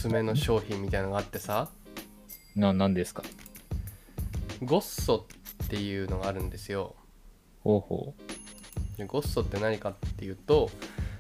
すめの商品みたいなのがあってさ、 何ですか？ ゴッソっていうのがあるんですよ。 ほうほでゴッソって何かっていうと、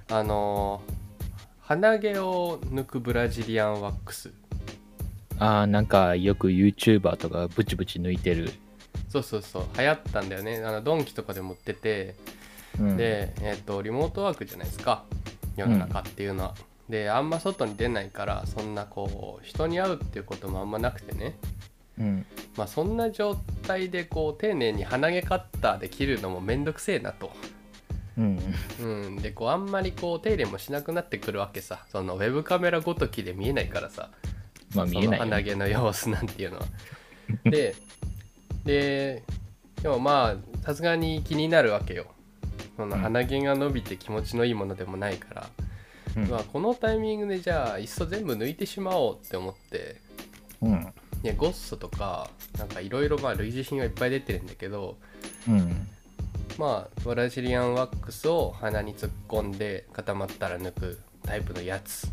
鼻毛を抜くブラジリアンワックス。 う。なんかよく YouTuber とかブチブチ抜いてる。 そうそうそう、流行ったんだよね。ドンキとかでも売ってて、 うん、 で、リモートワークじゃないですか、世の中っていうのは。で、あんま外に出ないから、そんなこう人に会うっていうこともあんまなくてね。 うん、 まあそんな状態でこう丁寧に鼻毛カッターで切るのもめんどくせえなと。 うん、 でこうあんまりこう手入れもしなくなってくるわけさ。そのウェブカメラごときで見えないからさ、 まあ見えないよ、 その鼻毛の様子なんていうのは。ででもまあさすがに気になるわけよ。その鼻毛が伸びて気持ちのいいものでもないから、まあ、このタイミングでじゃあいっそ全部抜いてしまおうって思って、ゴッソとかなんかいろいろ類似品はいっぱい出てるんだけど、まあブラジリアンワックスを鼻に突っ込んで固まったら抜くタイプのやつ、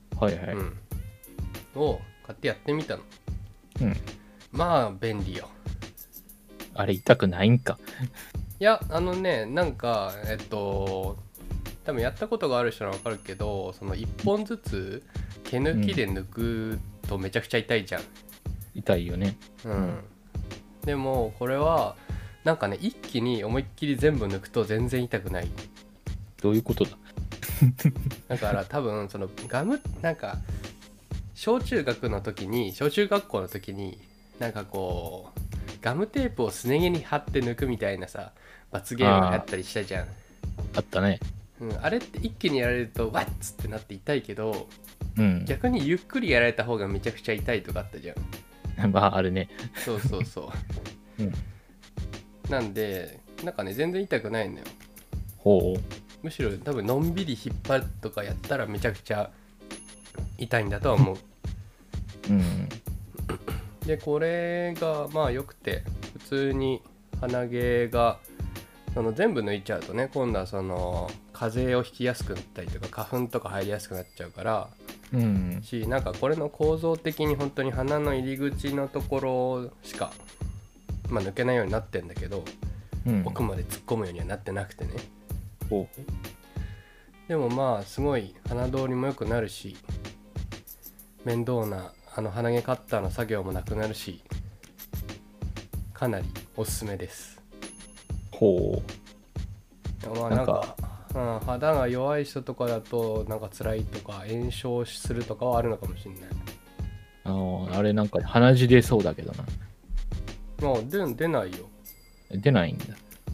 を買ってやってみたの。まあ便利よ。 あれ痛くないんか？ いやなんか多分やったことがある人は分かるけど、その1本ずつ毛抜きで抜くとめちゃくちゃ痛いじゃん。 痛いよね。 でもこれはなんかね、一気に思いっきり全部抜くと全然痛くない。 どういうことだ？ だから多分そのガム、なんか小中学校の時になんかこうガムテープをすね毛に貼って抜くみたいなさ、罰ゲームがあったりしたじゃん。 あったね。 あれって一気にやられるとワッツってなって痛いけど、逆にゆっくりやられた方がめちゃくちゃ痛いとかあったじゃん。 まああるね。 そうそうそう、なんでなんかね全然痛くないのよ。 ほう。 むしろ多分のんびり引っ張るとかやったらめちゃくちゃ痛いんだとは思う。でこれがまあよくて、普通に鼻毛がその全部抜いちゃうとね、今度はその風邪をひきやすくなったりとか花粉とか入りやすくなっちゃうから、なんかこれの構造的に本当に鼻の入り口のところしか、抜けないようになってんだけど、奥まで突っ込むようにはなってなくてね。でもまあすごい鼻通りも良くなるし、面倒な鼻毛カッターの作業もなくなるし、かなりおすすめです。まあなんか肌が弱い人とかだとなんか辛いとか炎症するとかはあるのかもしれない。 あれなんか鼻血出そうだけどな。 出ないよ。 出ないんだ。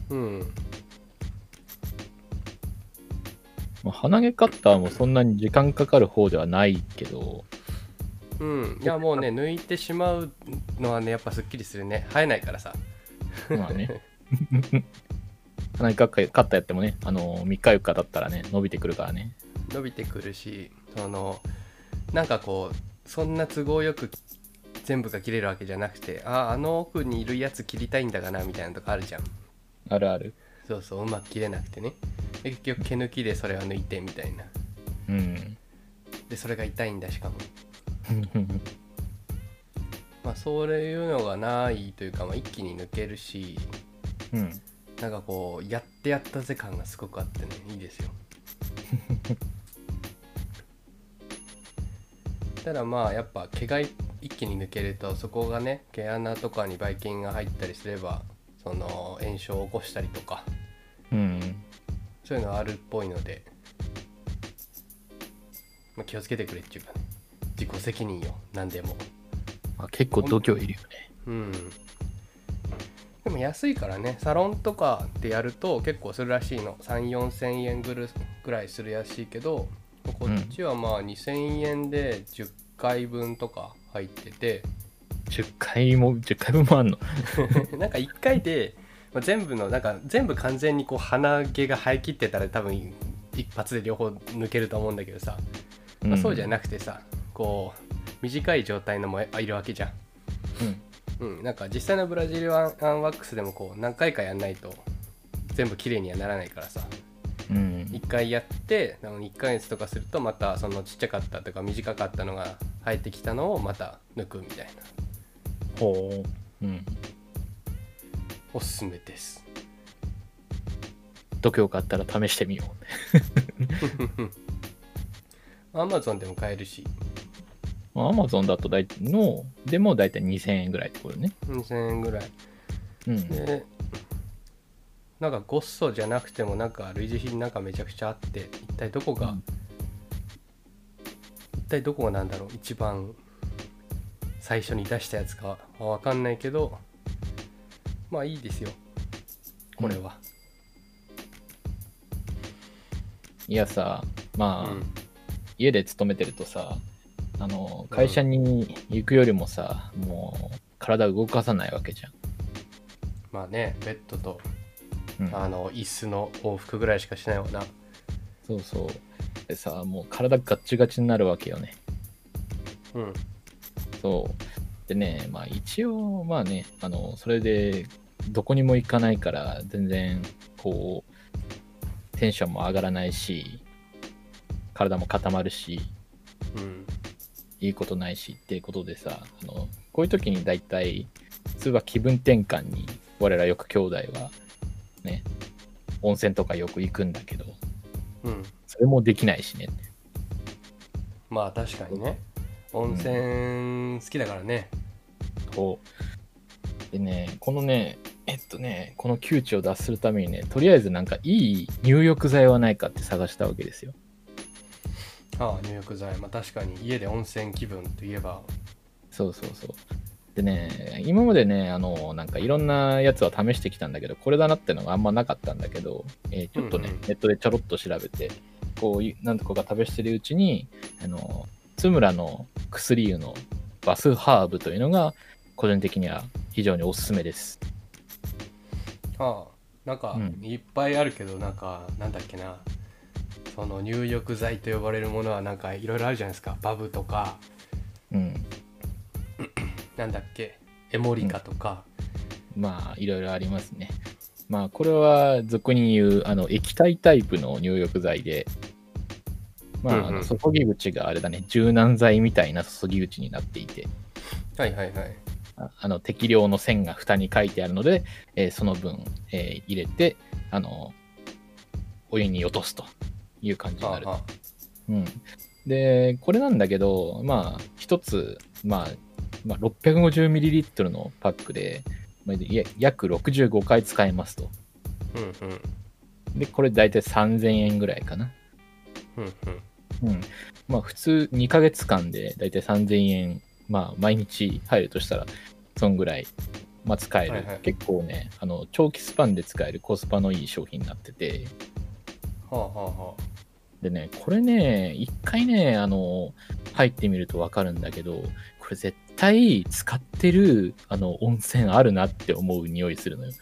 鼻毛カッターもそんなに時間かかる方ではないけど、 いやもうね、抜いてしまうのはねやっぱすっきりするね。生えないからさ。 まあね。鼻毛カッターやってもね、3日4日だったらね伸びてくるからね。 伸びてくるし、なんかこうそんな都合よく全部が切れるわけじゃなくて、あの奥にいるやつ切りたいんだがなみたいなとこあるじゃん。 あるある。 そうそう、うまく切れなくてね。で結局毛抜きでそれを抜いてみたいな。でそれが痛いんだしかも。そういうのがないというか、一気に抜けるし、なんかこうやったぜ感がすごくあってね、いいですよ。ただやっぱ毛が一気に抜けると、そこがね毛穴とかにばい菌が入ったりすれば、その炎症を起こしたりとか、そういうのはあるっぽいので、気をつけてくれっていうかね、自己責任よ、何でも。 結構度胸いるよね。 でも安いからね、サロンとかでやると結構するらしいの。3、4千円ぐらいするらしいけど、こっちは2000円で10回分とか入ってて、 10回分もあんの？ なんか1回で全部完全にこう鼻毛が生えきってたら多分一発で両方抜けると思うんだけどさ、そうじゃなくてさ、こう短い状態のもいるわけじゃん。なんか実際のブラジルワンワックスでもこう何回かやんないと全部綺麗にはならないからさ、 1回やって1ヶ月とかするとまたそのちっちゃかったとか短かったのが生えてきたのをまた抜くみたいな。 ほう。うん。 おすすめです。 度胸があったら試してみよう。Amazon でも買えるし。 Amazon だとでもだいたい2000円ぐらいってことね。 2000円ぐらい。 うん。 で、なんかゴッソじゃなくてもなんか類似品なんかめちゃくちゃあって、一体どこがなんだろう、一番最初に出したやつかはわかんないけど、まあいいですよ、これは。 いやさ、まあ、 うん、 家で勤めてるとさ、会社に行くよりもさ、もう体動かさないわけじゃん。 まあね、ベッドと、椅子の往復ぐらいしかしないわな。 そうそう。でさ、もう体ガッチガチになるわけよね。 うん。 そう。でね、まあ一応、まあね、それでどこにも行かないから、全然、こう、テンションも上がらないし、体も固まるし、 うん。 いいことないしっていうことでさ、こういう時に大体、普通は気分転換に、我らよく兄弟は、ね、温泉とかよく行くんだけど、 うん。 それもできないしね。 まあ確かにね。温泉好きだからね。 そう。でね、このね、この窮地を脱するためにね、とりあえずなんかいい入浴剤はないかって探したわけですよ。 ああ、入浴剤。まあ確かに家で温泉気分といえば。 そうそうそう。でね、今までね、なんかいろんなやつは試してきたんだけど、これだなってのがあんまなかったんだけど、ちょっとね、ネットでちょろっと調べて、こう、何とかが試してるうちに、津村の薬湯のバスハーブというのが、個人的には非常におすすめです。 ああ、なんかいっぱいあるけど、なんか、なんだっけな。その入浴剤と呼ばれるものはなんかいろいろあるじゃないですか。バブとか、 うん。 なんだっけ、エモリカとか。 まあ、いろいろありますね。まあ、これは俗に言う、液体タイプの入浴剤で、まあ、注ぎ口があれだね、柔軟剤みたいな注ぎ口になっていて、 はいはいはい。 適量の線が蓋に書いてあるので、その分、入れて、お湯に落とすという感じになる。うん。で、これなんだけど、まあ、一つ、650ml のパックで、約65回使えますと。 うんうん。 で、これ大体3000円ぐらいかな。 うんうん。 まあ、普通2ヶ月間で大体3000円、まあ、毎日入るとしたら、そんぐらい、まあ、使える。結構ね、長期スパンで使えるコスパのいい商品になってて。でね、これね、一回ね、入ってみるとわかるんだけど、これ絶対使ってる、温泉あるなって思う匂いするのよ。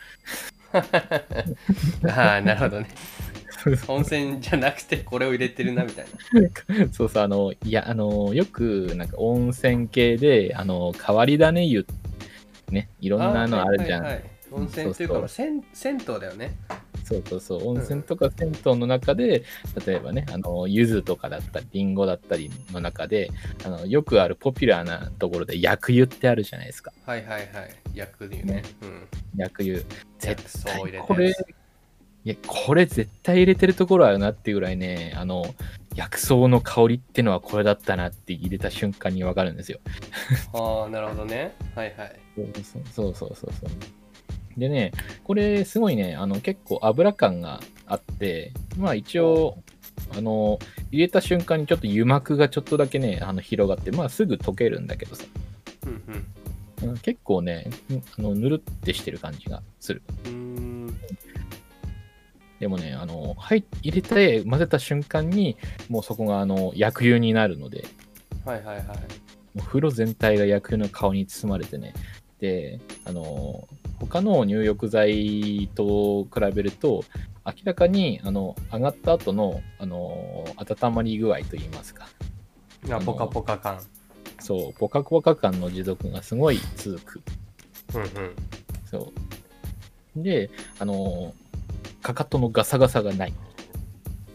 ああ、なるほどね。温泉じゃなくてこれを入れてるなみたいな。そうそう、いや、よく、なんか温泉系で、変わり種湯、ね、いろんなのあるじゃん。 温泉っていうか、銭湯だよね。 そうそうそう、温泉とか銭湯の中で、例えばね、柚子とかだったり、リンゴだったりの中で、よくあるポピュラーなところで、薬湯ってあるじゃないですか。 はいはいはい、薬湯ね。 薬湯。 絶対これ絶対入れてるところあるなっていうぐらいね、薬草の香りってのはこれだったなって入れた瞬間にわかるんですよ。 ああ、なるほどね。はいはい。 そう。でね、これすごいね、結構油感があって、まあ一応、入れた瞬間にちょっと油膜がちょっとだけね、広がって、まあすぐ溶けるんだけどさ。結構ね、ぬるってしてる感じがする。でもね、入れて混ぜた瞬間に、もうそこが薬湯になるので、 はいはいはい。 もう風呂全体が薬湯の香りに包まれてね、で、他の入浴剤と比べると、明らかに上がった後の温まり具合といいますか。 ポカポカ感。 そう、ポカポカ感の持続がすごい続く。そう。で、かかとのガサガサがない。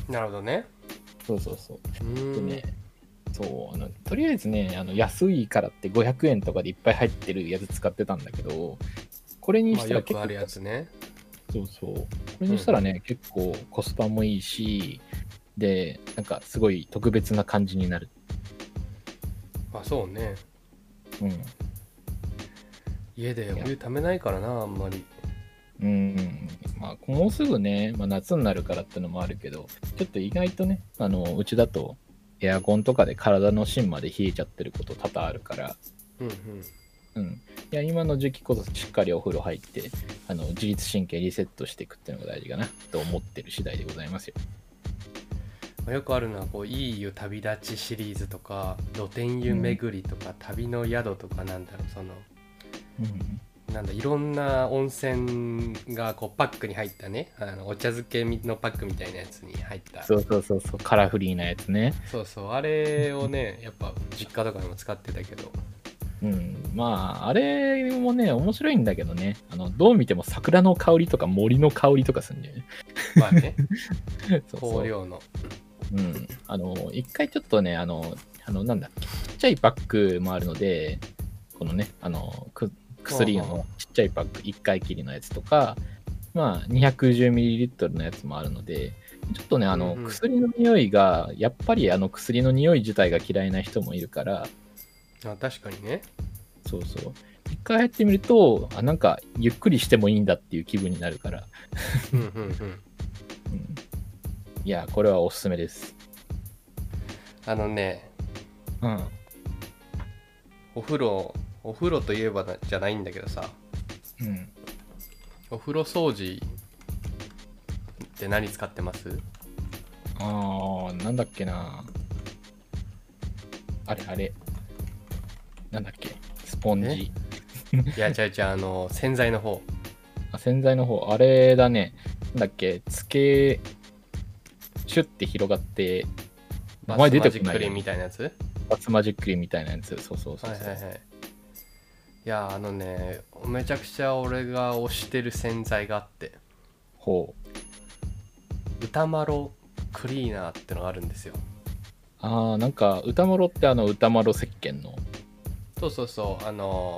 なるほどね。 そうそうそう。でん。 ね、そうとりあえずね、安いからって500円とかでいっぱい入ってるやつ使ってたんだけど、これにまあしたら結構よくあるやつね。 そうそう。これにしたらね、結構コスパもいいし、で、なんかすごい特別な感じになる。 まあそうね。 うん。 家でおいや湯ためないからな、あんまり。 まあ、もうすぐね、まあ、夏になるからってのもあるけど、ちょっと意外とね、うちだとエアコンとかで体の芯まで冷えちゃってること多々あるから、 うんうん。 いや、今の時期こそしっかりお風呂入って、自律神経リセットしていくっていうのが大事かなと思ってる次第でございますよ。 まあよくあるのはこういい湯旅立ちシリーズとか露天湯巡りとか、旅の宿とかなんだろう、そのなんだいろんな温泉がこうパックに入ったね、お茶漬けのパックみたいなやつに入ったそうそうそうそう、カラフリーなやつね。 そうそう、あれをねやっぱ実家とかでも使ってたけど、 まあ、あれもね、面白いんだけどね、どう見ても桜の香りとか森の香りとかするんだよね。 まあねそうそう香料の一回ちょっとね、なんだっけ、ちっちゃいパックもあるので、このね、薬のちっちゃいパック1回きりのやつとか、まあ、210ml のやつもあるので、ちょっとね、薬の匂いが、やっぱり薬の匂い自体が嫌いな人もいるから、 あ確かにね。 そうそう。一回入ってみると、なんか、ゆっくりしてもいいんだっていう気分になるから、 うんうんうん。 いや、これはおすすめです。 あのね、 うん。 お風呂といえばじゃないんだけどさ、お風呂掃除って何使ってます？ なんだっけな。あれ。なんだっけ。スポンジ。 いや、違う違う、洗剤の方。 洗剤の方、あれだね。なんだっけ。シュッて広がって、名前出てこない。 バスマジックリンみたいなやつ？ バスマジックリンみたいなやつ。そうそうそう。 はいはいはい。いや、めちゃくちゃ俺が推してる洗剤があって。 ほう。歌マロクリーナーってのがあるんですよ。 なんか、歌マロって歌マロ石鹸の。 そうそうそう、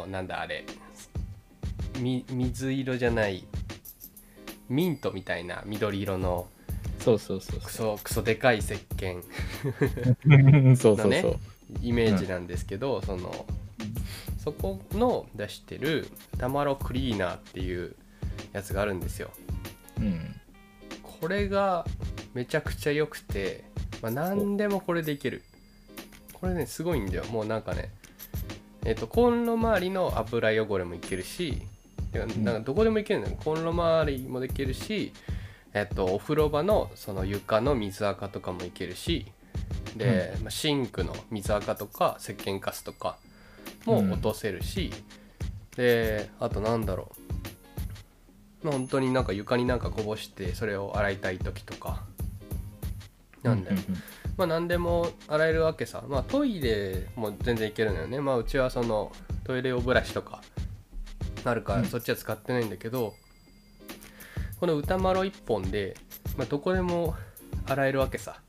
なんだあれ。水色じゃない。ミントみたいな緑色のそうそうそうクソでかい石鹸そうそうのねそう。 イメージなんですけど、そこの出してるタマロクリーナーっていうやつがあるんですよ。これがめちゃくちゃ良くて、何でもこれでいける。これねすごいんだよ。もうなんかねコンロ周りの油汚れもいけるし、なんかどこでもいけるんだよ。コンロ周りもできるし、お風呂場のその床の水垢とかもいけるし、で、シンクの水垢とか石鹸カスとかも落とせるし、であとなんだろう、本当になんか床になんかこぼしてそれを洗いたい時とかなんだよ、何でも洗えるわけさ。トイレも全然いけるのよね。うちはそのトイレ用ブラシとかあるからそっちは使ってないんだけど、この歌マロ1本で、どこでも洗えるわけさ。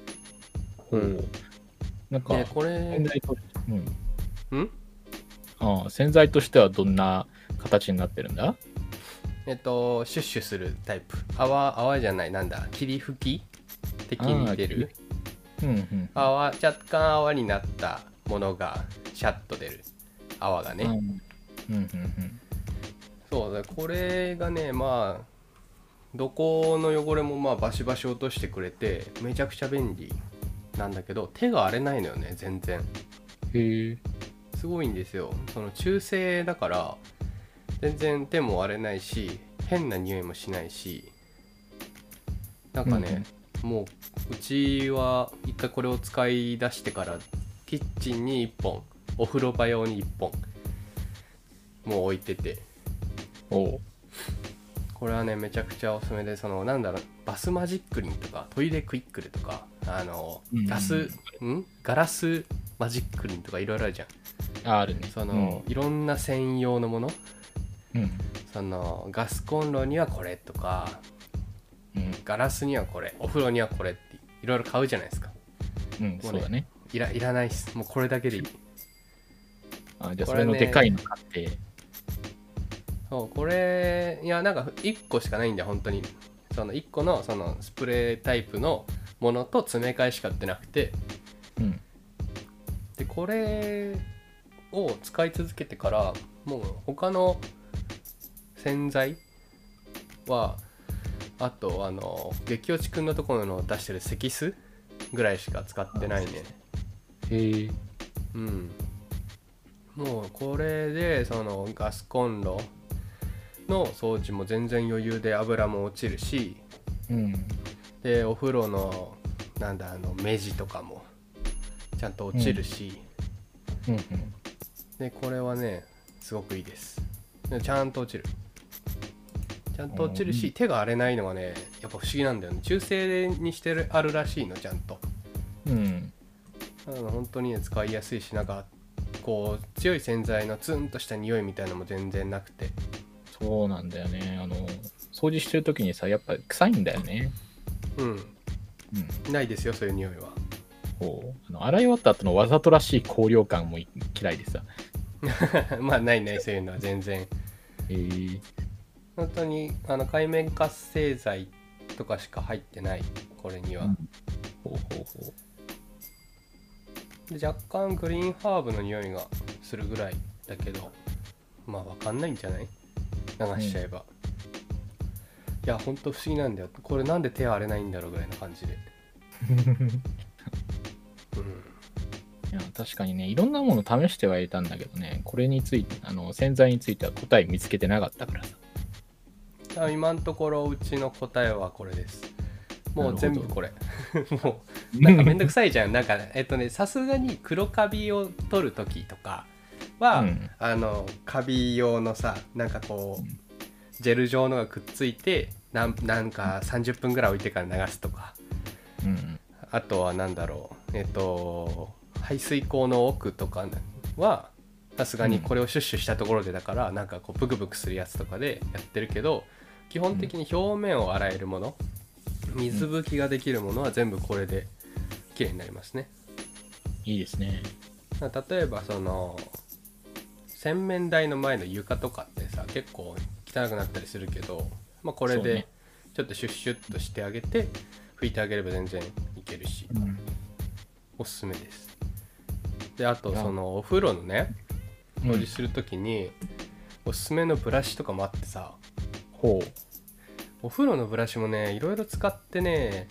なんか、 これ洗剤としてはどんな形になってるんだ？ シュッシュするタイプ。泡じゃない、なんだ、霧吹き的に出る。若干泡になったものがシャッと出る泡がね。そうだ、これがね、どこの汚れもバシバシ落としてくれてめちゃくちゃ便利なんだけど、手が荒れないのよね全然。 へえ。 すごいんですよ。その中性だから全然手も荒れないし変な匂いもしないし、なんかね、もううちは一回これを使い出してからキッチンに1本、お風呂場用に1本もう置いてて、これはねめちゃくちゃおすすめで、なんだろう、バスマジックリンとかトイレクイックルとかガラスマジックリンとかいろいろあるじゃん。 あるね。 いろんな専用のもの、ガスコンロにはこれとか、ガラスにはこれ、お風呂にはこれっていいろいろ買うじゃないですか。 うん、そうだね。 いらないっす。もうこれだけでいい。 あ、じゃあそれのでかいの買って。 そう、これいやなんか1個しかないんだよ本当に。その1個のそのスプレータイプのものと詰め替えしか売ってなくて、 うん、 でこれを使い続けてからもう他の洗剤はあと激落ちくんのところの出してる積スぐらいしか使ってないね。 へえ。 うん。もうこれでそのガスコンロの掃除も全然余裕で油も落ちるし、 うん、 でお風呂のなんだ目地とかもちゃんと落ちるし、 うんうん、 でこれはねすごくいいです。でちゃんと落ちる。ちゃんと落ちるし、手が荒れないのがねやっぱ不思議なんだよね。中性にしてあるらしいのちゃんと。 うん。 本当にね使いやすいし、なんかこう強い洗剤のツンとした匂いみたいなのも全然なくて。 そうなんだよね。掃除してる時にさ、やっぱ臭いんだよね。 うん。うん、ないですよそういう匂いは。 洗い終わった後のわざとらしい香料感も嫌いでさ。 まあないそういうのは全然。本当に界面活性剤とかしか入ってないこれには。で若干グリーンハーブの匂いがするぐらいだけど、まあ分かんないんじゃない？流しちゃえば。いやほんと不思議なんだよ。これなんで手荒れないんだろうぐらいな感じで。 いや確かにね、いろんなもの試してはいたんだけどね、これについて洗剤については答え見つけてなかったからさ。 今のところうちの答えはこれです。もう全部これ。もうなんかめんどくさいじゃん。なんかさすがに黒カビを取る時とかは、カビ用のさなんかこうジェル状のがくっついてなんか30分ぐらい置いてから流すとか、あとはなんだろう排水口の奥とかはさすがにこれをシュッシュしたところでだからなんかこうブクブクするやつとかでやってるけど、基本的に表面を洗えるもの、水拭きができるものは全部これで綺麗になりますね。 いいですね。 例えばその洗面台の前の床とかってさ結構汚くなったりするけど、まあ、これでちょっとシュッシュッとしてあげて拭いてあげれば全然いけるし、おすすめです。であとそのお風呂のね掃除するときにおすすめのブラシとかもあってさ、お風呂のブラシもねいろいろ使ってね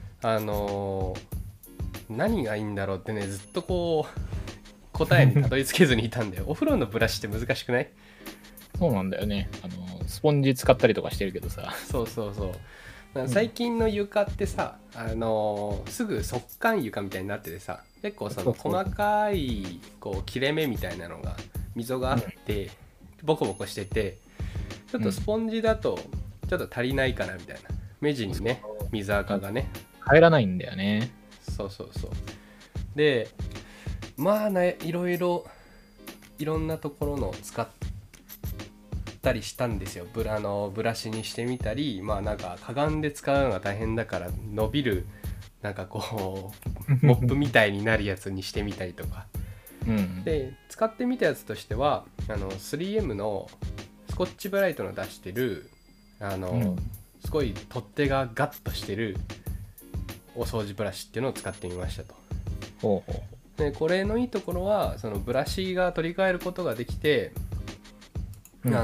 何がいいんだろうってねずっとこう答えにたどり着けずにいたんだよ。お風呂のブラシって難しくない？ そうなんだよね。スポンジ使ったりとかしてるけどさ。 そう最近の床ってさ、すぐ速乾床みたいになっててさ、結構その細かいこう切れ目みたいなのが溝があってボコボコしてて、ちょっとスポンジだとちょっと足りないかなみたいな、目地にね水垢がね入らないんだよね。 そうでまあねいろんなところの使ったりしたんですよ。ブラシにしてみたり、まあなんかかがんで使うのが大変だから伸びるなんかこうモップみたいになるやつにしてみたりとか、で使ってみたやつとしては3M のスコッチブライトの出してるすごい取っ手がガッとしてるお掃除ブラシっていうのを使ってみましたと。でこれのいいところはそのブラシが取り替えることができて、なん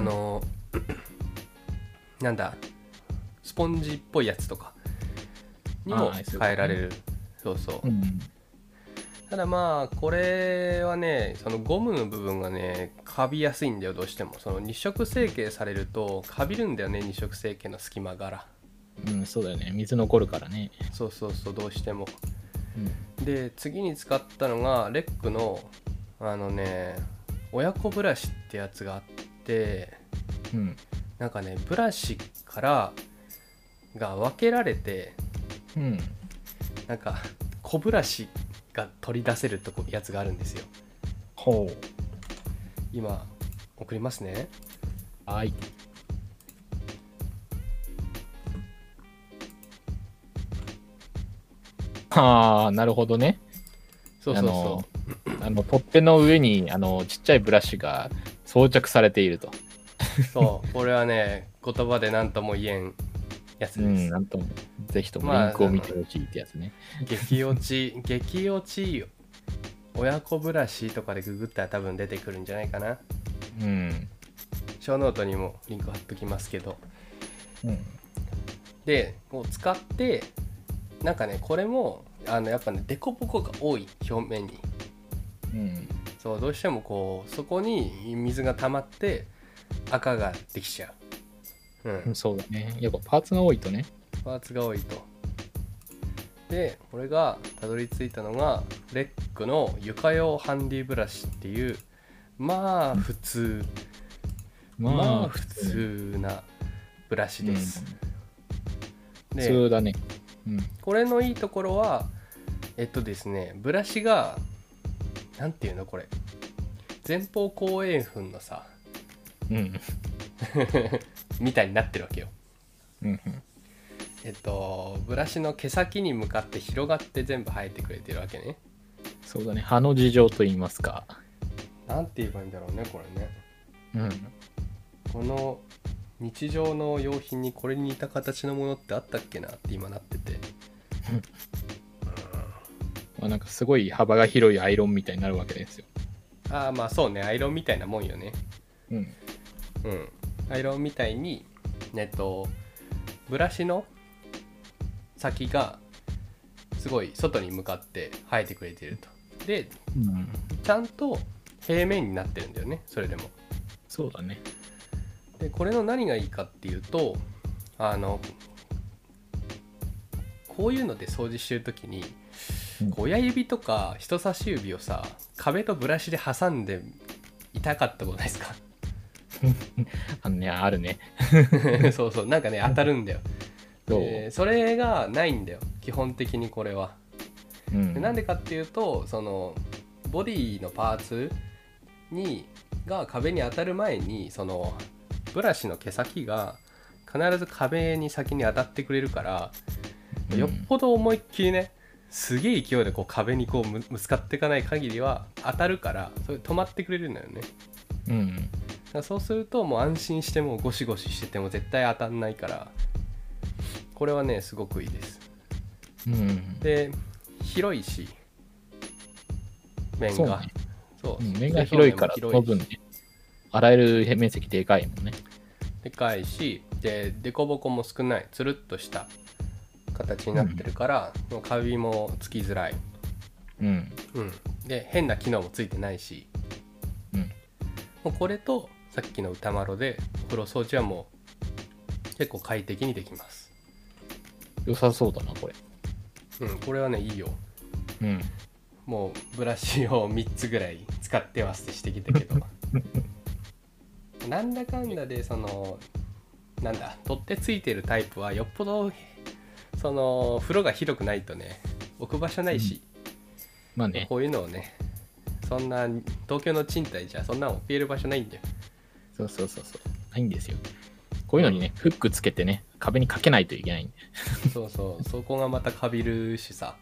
だスポンジっぽいやつとかにも変えられる。ただまあこれはねそのゴムの部分がねカビやすいんだよ。どうしてもその二色成形されるとカビるんだよね、二色成形の隙間から。 そうだよね、水残るからね。 そうどうしても。で次に使ったのがレックの親子ブラシってやつがあって、なんかねブラシからが分けられて、なんか小ブラシが取り出せるやつがあるんですよ。今送りますね。 はい。 ああ、なるほどね。 そうそうそ取っ手の上にちっちゃいブラシが装着されていると。 うそうこれはね言葉で何とも言えんやつうです。 ん、なんとも。ぜひともリンクを見てほしいってやつね。 激落ち親子ブラシとかでググったら多分出てくるんじゃないかな。 うん。 ショーノートにもリンク貼っときますけど。 うんでこう使ってなんかねこれもやっぱねデコボコが多い表面に。 うん。 そうどうしてもこうそこに水が溜まって赤ができちゃう。うん。 そうだね。やっぱパーツが多いとね。 パーツが多いと。でこれがたどり着いたのがレックの床用ハンディブラシっていうまあ普通まあ普通なブラシです。 普通だね。 これのいいところはですねブラシがなんていうのこれ前方後円墳のさ、みたいになってるわけよ。ブラシの毛先に向かって広がって全部生えてくれてるわけね。 そうだね。葉の事情と言いますか。 なんて言えばいいんだろうねこれね。この日常の用品にこれに似た形のものってあったっけなって今なってて。 なんかすごい幅が広いアイロンみたいになるわけですよ。 ああまあそうねアイロンみたいなもんよね。アイロンみたいにブラシの先がすごい外に向かって生えてくれていると。で、ちゃんと平面になってるんだよねそれでも。 そうだね。 でこれの何がいいかっていうとこういうので掃除してるときに、親指とか人差し指をさ壁とブラシで挟んで痛かったことないですか？ あるね。 そうそうなんかね当たるんだよ。それがないんだよ基本的にこれは。なんでかっていうとそのボディのパーツが壁に当たる前にそのブラシの毛先が必ず壁に先に当たってくれるから、よっぽど思いっきりねすげえ勢いでこう壁にこうぶつかっていかない限りは当たるからそれ止まってくれるんだよね。だからそうするともう安心してもうゴシゴシしてても絶対当たんないからこれはねすごくいいです。で広いし面が面が広いからその分ね洗える面積でかいもんね。 でかいしでデコボコも少ないつるっとした形になってるから、カビもつきづらい。で変な機能もついてないし、もうこれとさっきの歌丸でお風呂掃除はもう結構快適にできます。 良さそうだなこれ。 これはねいいよ。もうブラシを3つぐらい使っては捨てしてきたけどなんだかんだでそのなんだ取っ手ついてるタイプはよっぽどその風呂が広くないとね置く場所ないし、 まあねこういうのをねそんな東京の賃貸じゃそんなの置ける場所ないんだよ。 そうないんですよ。こういうのにねフックつけてね壁にかけないといけないんでそこがまたかびるしさ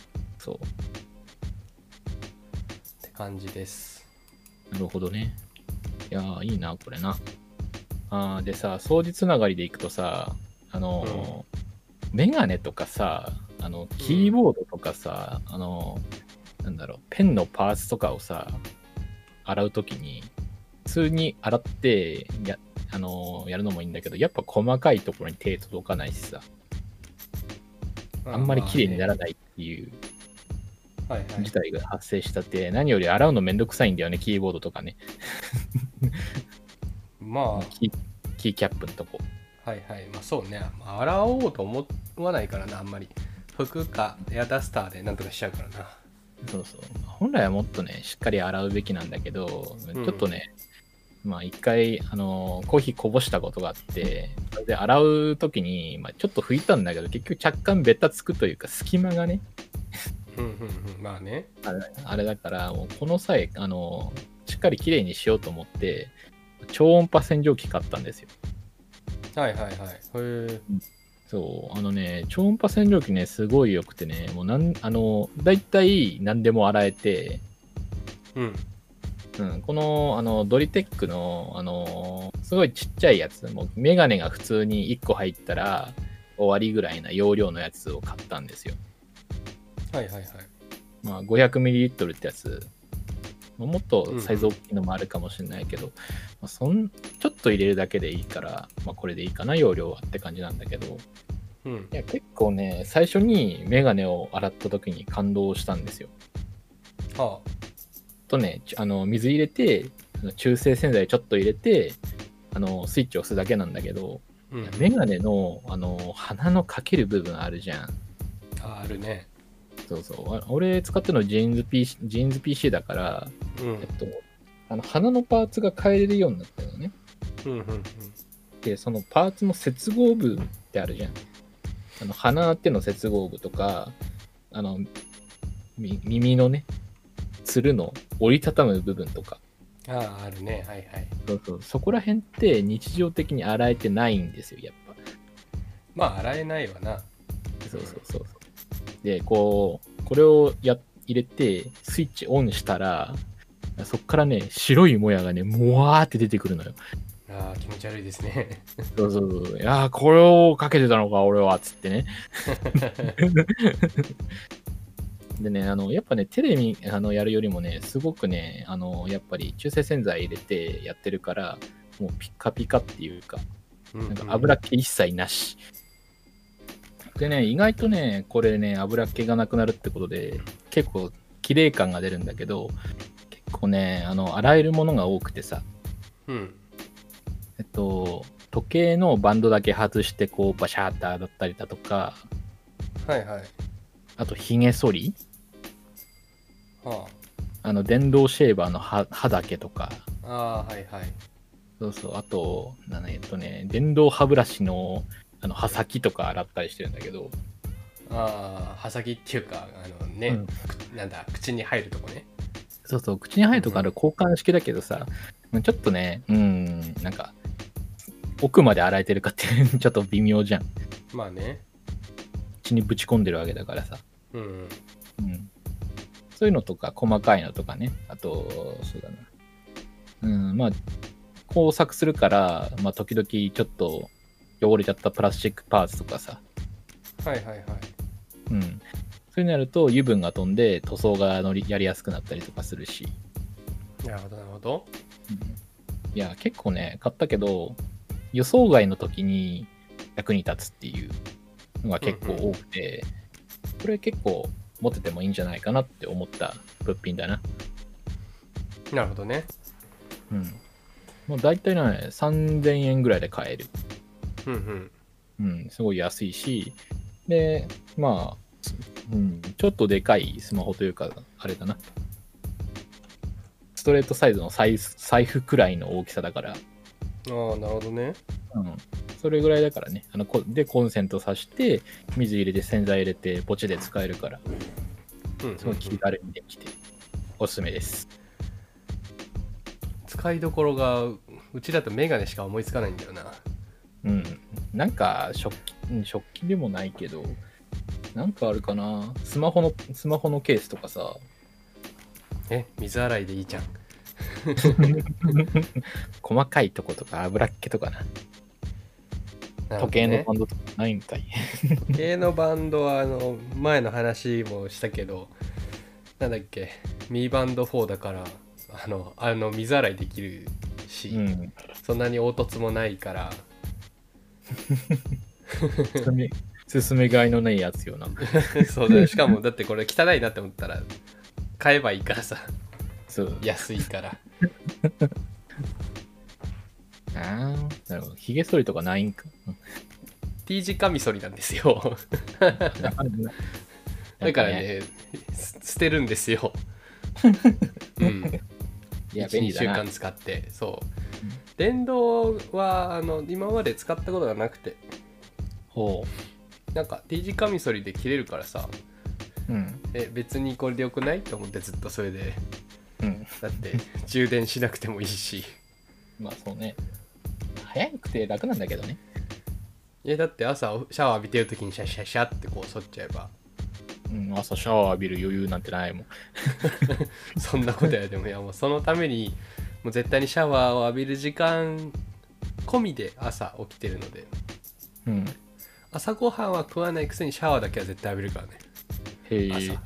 って感じです。 なるほどね。いやいいなこれな。でさ掃除つながりでいくとさメガネとかさキーボードとかさ、なんだろうペンのパーツとかをさ洗うときに普通に洗ってやるのもいいんだけどやっぱ細かいところに手届かないしさあんまり綺麗にならないっていう事態が発生したって、何より洗うのめんどくさいんだよねキーボードとかねまあキーキャップのとこまあそうね洗おうと思わないからなあんまり服かエアダスターでなんとかしちゃうからな。 本来はもっとねしっかり洗うべきなんだけど、ちょっとね一回コーヒーこぼしたことがあってそれで洗う時に、ちょっと拭いたんだけど結局若干ベタつくというか隙間がねまあねあれだからもうこの際しっかりきれいにしようと思って超音波洗浄機買ったんですよ。 そう、超音波洗浄機ね、すごい良くてね、もうだいたい何でも洗えて、 うん。 この、ドリテックの、すごいちっちゃいやつ、もうメガネが普通に1個入ったら終わりぐらいな容量のやつを買ったんですよ。 はいはいはい。 まあ、500ml ってやつ、もっとサイズ大きいのもあるかもしれないけど、まあ、ちょっと入れるだけでいいから、まあ、これでいいかな、容量はって感じなんだけど、 うん。 いや、結構ね、最初にメガネを洗った時に感動したんですよ。 はとね、水入れて、中性洗剤ちょっと入れて、スイッチを押すだけなんだけど、 あ。うん。 メガネの、鼻のかける部分あるじゃん。 あるね。 そうそう。俺使ってるのジーンズ PC だから、 うん。 鼻のパーツが変えれるようになったのね。 うんうんうん。 で、そのパーツの接合部ってあるじゃん。鼻っての接合部とか、耳のね、つるの折りたたむ部分とか。 ああ、あるね。はいはい。 そうそう。そこら辺って日常的に洗えてないんですよ、やっぱ。 まあ、洗えないわな。 そうそうそう。で、これを入れて、スイッチオンしたら、そっからね、白いもやがね、もわーって出てくるのよ。 ああ、気持ち悪いですね。 そうそうそう。いやー、これをかけてたのか、俺は、つってね。でね、やっぱね、テレビやるよりもね、すごくね、やっぱり中性洗剤入れてやってるから、もうピッカピカっていうか、なんか油っ気一切なし。でね、意外とね、これね、油っ気がなくなるってことで、結構綺麗感が出るんだけど、結構ね、洗えるものが多くてさ、 うん。 時計のバンドだけ外して、こう、バシャーって洗ったりだとか、 はいはい。 あと、髭剃りは電動シェーバーの刃だけとか、 あ。ああ、はいはい。 そうそう、あと、電動歯ブラシの、刃先とか洗ったりしてるんだけど、 ああ、刃先っていうか、ね、なんだ、口に入るとこね。 そうそう、口に入るとかある交換式だけどさ、ちょっとね、なんか、奥まで洗えてるかってちょっと微妙じゃん。 まあね。 口にぶち込んでるわけだからさ。 うん。 そういうのとか、細かいのとかね。あと、そうだな。まあ、工作するから、まあ、時々ちょっと汚れちゃったプラスチックパーツとかさ。 はいはいはい。 そういうのやると油分が飛んで塗装がやりやすくなったりとかするし。 なるほどなるほど。 いや、結構ね、買ったけど、予想外の時に役に立つっていうのが結構多くて、これ結構持っててもいいんじゃないかなって思った物品だな。 なるほどね。 もう大体ね、3000円ぐらいで買える。すごい安いし、で、まあ、ちょっとでかいスマホというか、あれだな。ストレートサイズの財布くらいの大きさだから。 ああ、なるほどね。 それぐらいだからね。で、コンセント挿して、水入れて洗剤入れて、ポチで使えるから、すごい気軽にできて、おすすめです。 使いどころが、うちだとメガネしか思いつかないんだよな。 なんか食器でもないけど、なんかあるかな。スマホのケースとかさ。 水洗いでいいじゃん。 細かいとことか油っ気とかな。時計のバンドとかないんかい。 時計のバンドは前の話もしたけど、なんだっけ、ミーバンド4だから水洗いできるし、そんなに凹凸もないから進めがいのないやつよな。 そうだよ。しかもだってこれ汚いなって思ったら買えばいいからさ。 そう、 安いから。 なるほど。髭剃りとかないんか。 T 字カミソリなんですよ。だからね、捨てるんですよ。 いや、便利だな。 1、2週間使って。そう。電動は今まで使ったことがなくて。なんか T 字カミソリで切れるからさ。別にこれでよくないと思ってずっとそれで。だって充電しなくてもいいし。 まあそうね。早くて楽なんだけどね。 いだって朝シャワー浴びてる時にシャシャシャってこう剃っちゃえばうん、朝シャワー浴びる余裕なんてないもん。 そんなことやでも、いやもうそのためにもう絶対にシャワーを浴びる時間込みで朝起きてるので、 うん。 朝ごはんは食わないくせにシャワーだけは絶対浴びるからね。 へえ。 朝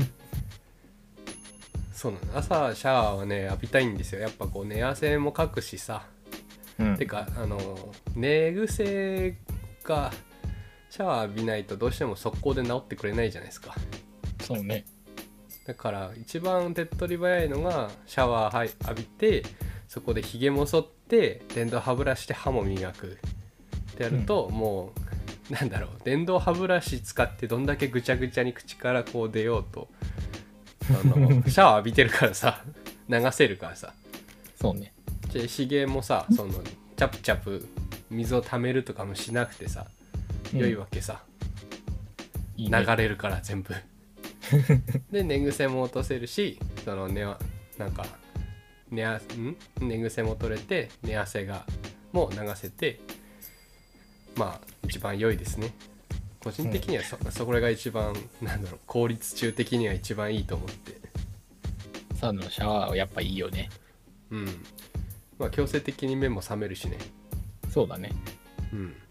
そうなの、朝シャワーはね浴びたいんですよ。やっぱこう寝汗もかくしさ、 うん。 てか寝癖がシャワー浴びないとどうしても速攻で治ってくれないじゃないですか。 そうね。 だから一番手っ取り早いのがシャワー浴びて、そこでひげも剃って電動歯ブラシで歯も磨くってやると、もうなんだろう、電動歯ブラシ使ってどんだけぐちゃぐちゃに口からこう出ようとシャワー浴びてるからさ流せるからさ、 そうね。 ひげもさチャプチャプ水を溜めるとかもしなくてさ、良いわけさ、 いいね。 流れるから全部で寝癖も落とせるし、寝癖も取れて寝汗がも流せて、まあ一番良いですね。個人的にはそれが一番効率中的には一番いいと思って。 サウナのシャワーはやっぱいいよね。 まあ強制的に目も覚めるしね。 そうだね。